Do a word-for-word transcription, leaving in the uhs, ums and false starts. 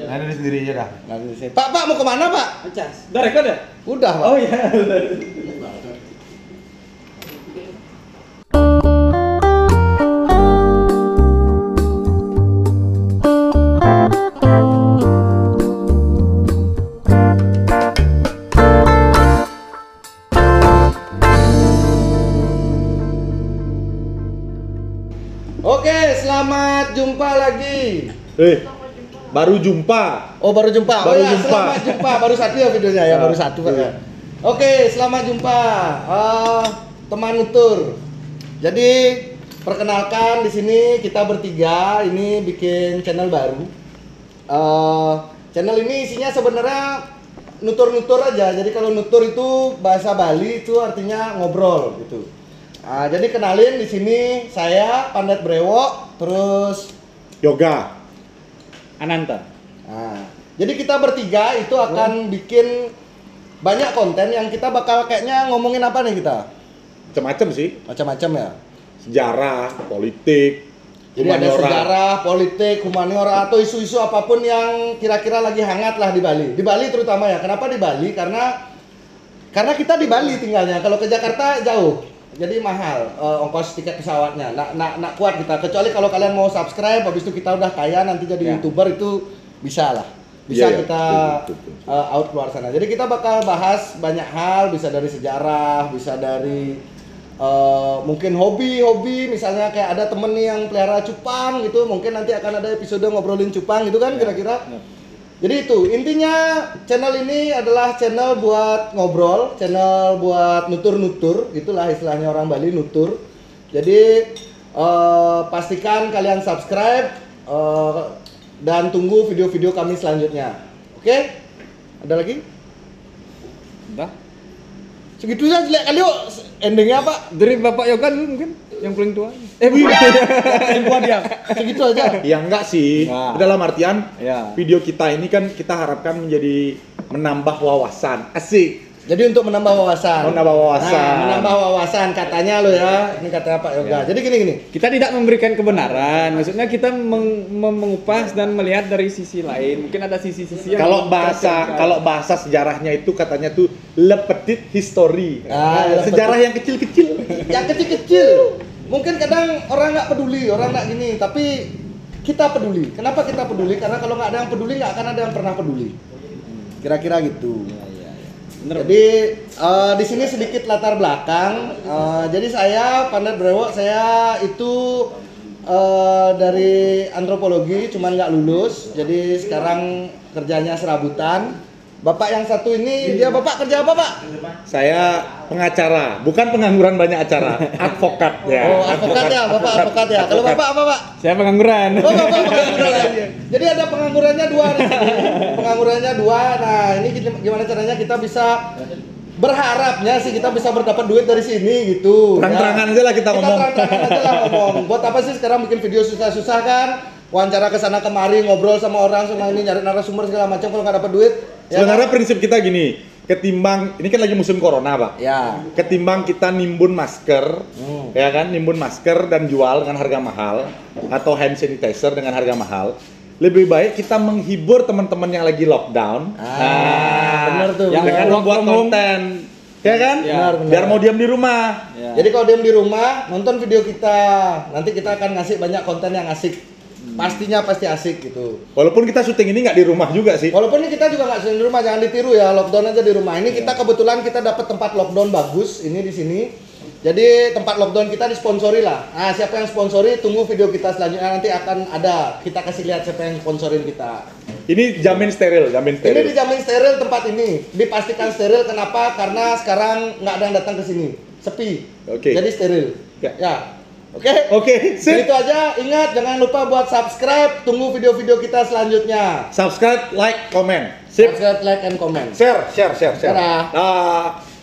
Ngadu sendiri aja dah. Ngadu sendiri. Pak, Pak mau kemana Pak? Cas. Udah rekod ya? Udah Pak. Oh iya. Oke, selamat jumpa lagi. Eh, baru jumpa. Oh, baru jumpa. Baru oh, ya, jumpa. Selamat jumpa. Baru satu ya videonya ya, baru satu Pak ya. Oke, selamat jumpa uh, teman nutur. Jadi perkenalkan di sini kita bertiga ini bikin channel baru. Uh, channel ini isinya sebenarnya nutur-nutur aja. Jadi kalau nutur itu bahasa Bali itu artinya ngobrol gitu. Nah, jadi kenalin di sini saya Pandat Brewok, terus Yoga. Ananta. Nah, jadi kita bertiga itu akan bikin banyak konten yang kita bakal kayaknya ngomongin apa nih kita? Macam-macam sih. Macam-macam ya. Sejarah, politik, Jadi ada sejarah, politik, humaniora atau isu-isu apapun yang kira-kira lagi hangat lah di Bali. Di Bali terutama ya. Kenapa di Bali? Karena karena kita di Bali tinggalnya. Kalau ke Jakarta jauh. Jadi mahal uh, ongkos tiket pesawatnya. Nak nak nak kuat kita. Kecuali kalau kalian mau subscribe habis itu kita udah kaya nanti jadi Ya. YouTuber itu bisa lah. Bisa Iya, iya. kita Betul, betul, betul. uh, out keluar sana. Jadi kita bakal bahas banyak hal, bisa dari sejarah, bisa dari uh, mungkin hobi-hobi, misalnya kayak ada temen nih yang pelihara cupang gitu, mungkin nanti akan ada episode ngobrolin cupang gitu kan kira-kira. Ya. Jadi itu, intinya channel ini adalah channel buat ngobrol, channel buat nutur-nutur, itulah istilahnya orang Bali, nutur. Jadi uh, pastikan kalian subscribe uh, dan tunggu video-video kami selanjutnya. Oke? Ada lagi? Udah. Segitu saja jelek kali yuk. Endingnya apa? Dari Bapak Yoga dulu mungkin yang paling tua. Eh, yang tua dia. Segitu aja. Ya enggak sih. Nah. Dalam artian Ya. video kita ini kan kita harapkan menjadi menambah wawasan. Asik. Jadi untuk menambah wawasan. Menambah wawasan. Nah, menambah wawasan katanya lo ya. Ini katanya Pak Yoga. Ya. Jadi gini gini. Kita tidak memberikan kebenaran, maksudnya kita meng- mem- mengupas dan melihat dari sisi lain. Mungkin ada sisi-sisi yang Kalau belum bahasa tercerahkan. kalau bahasa sejarahnya itu katanya tuh le petit history. Ah, le sejarah petit. yang kecil-kecil. Yang kecil-kecil. Mungkin kadang orang nggak peduli, orang nggak gini, tapi kita peduli. Kenapa kita peduli? Karena kalau nggak ada yang peduli, nggak akan ada yang pernah peduli. Kira-kira gitu. Ya, ya, ya. Bener. Jadi eh, di sini sedikit latar belakang. Eh, jadi saya Pandat Brewok, saya itu eh, dari antropologi, cuman nggak lulus. Jadi sekarang kerjanya serabutan. Bapak yang satu ini, dia bapak kerja apa Pak? Saya pengacara, bukan pengangguran banyak acara, advokat ya. Oh advokat ya, bapak advokat ya. Kalau bapak apa Pak? Saya pengangguran. Oh bapak pengangguran aja. Jadi ada penganggurannya dua di sini. Penganggurannya dua. Nah ini kita- gimana caranya kita bisa berharapnya sih kita bisa berdapat duit dari sini gitu. Terang-terangan ya. aja lah kita ngomong. terang-terangan aja lah ngomong. Buat apa sih sekarang bikin video susah-susah kan? Wawancara ke sana kemari, ngobrol sama orang, sama ini nyari narasumber segala macam kalau nggak dapat duit. Ya Sebenarnya kan? prinsip kita gini, ketimbang ini kan lagi musim corona, Pak. Ya. Ketimbang kita nimbun masker, Hmm. ya kan, nimbun masker dan jual dengan harga mahal atau hand sanitizer dengan harga mahal, lebih baik kita menghibur teman-teman yang lagi lockdown. Ah, bener tuh. Yang bener. dengan membuat Ngomong. konten, ya kan? Ya. Benar, benar. Biar mau diam di rumah. Ya. Jadi kalau diam di rumah, nonton video kita. Nanti kita akan ngasih banyak konten yang asik. Pastinya pasti asik gitu. Walaupun kita syuting ini nggak di rumah juga sih. Walaupun ini kita juga nggak sering di rumah, jangan ditiru ya, lockdown aja di rumah. Ini kita kebetulan kita dapat tempat lockdown bagus ini di sini. Jadi tempat lockdown kita disponsori lah. Nah, siapa yang sponsori tunggu video kita selanjutnya nanti akan ada. Kita kasih lihat siapa yang sponsorin kita. Ini jamin steril, jamin Ini steril. dijamin steril tempat ini. Dipastikan steril kenapa? Karena sekarang nggak ada yang datang ke sini. Sepi. Oke. Jadi steril. Ya. Ya. Oke. Oke, sip. Itu aja. Ingat jangan lupa buat subscribe. Tunggu video-video kita selanjutnya. Subscribe, like, comment. Sip. Subscribe, like, and comment. Share, share, share, share. Dadah. Dah.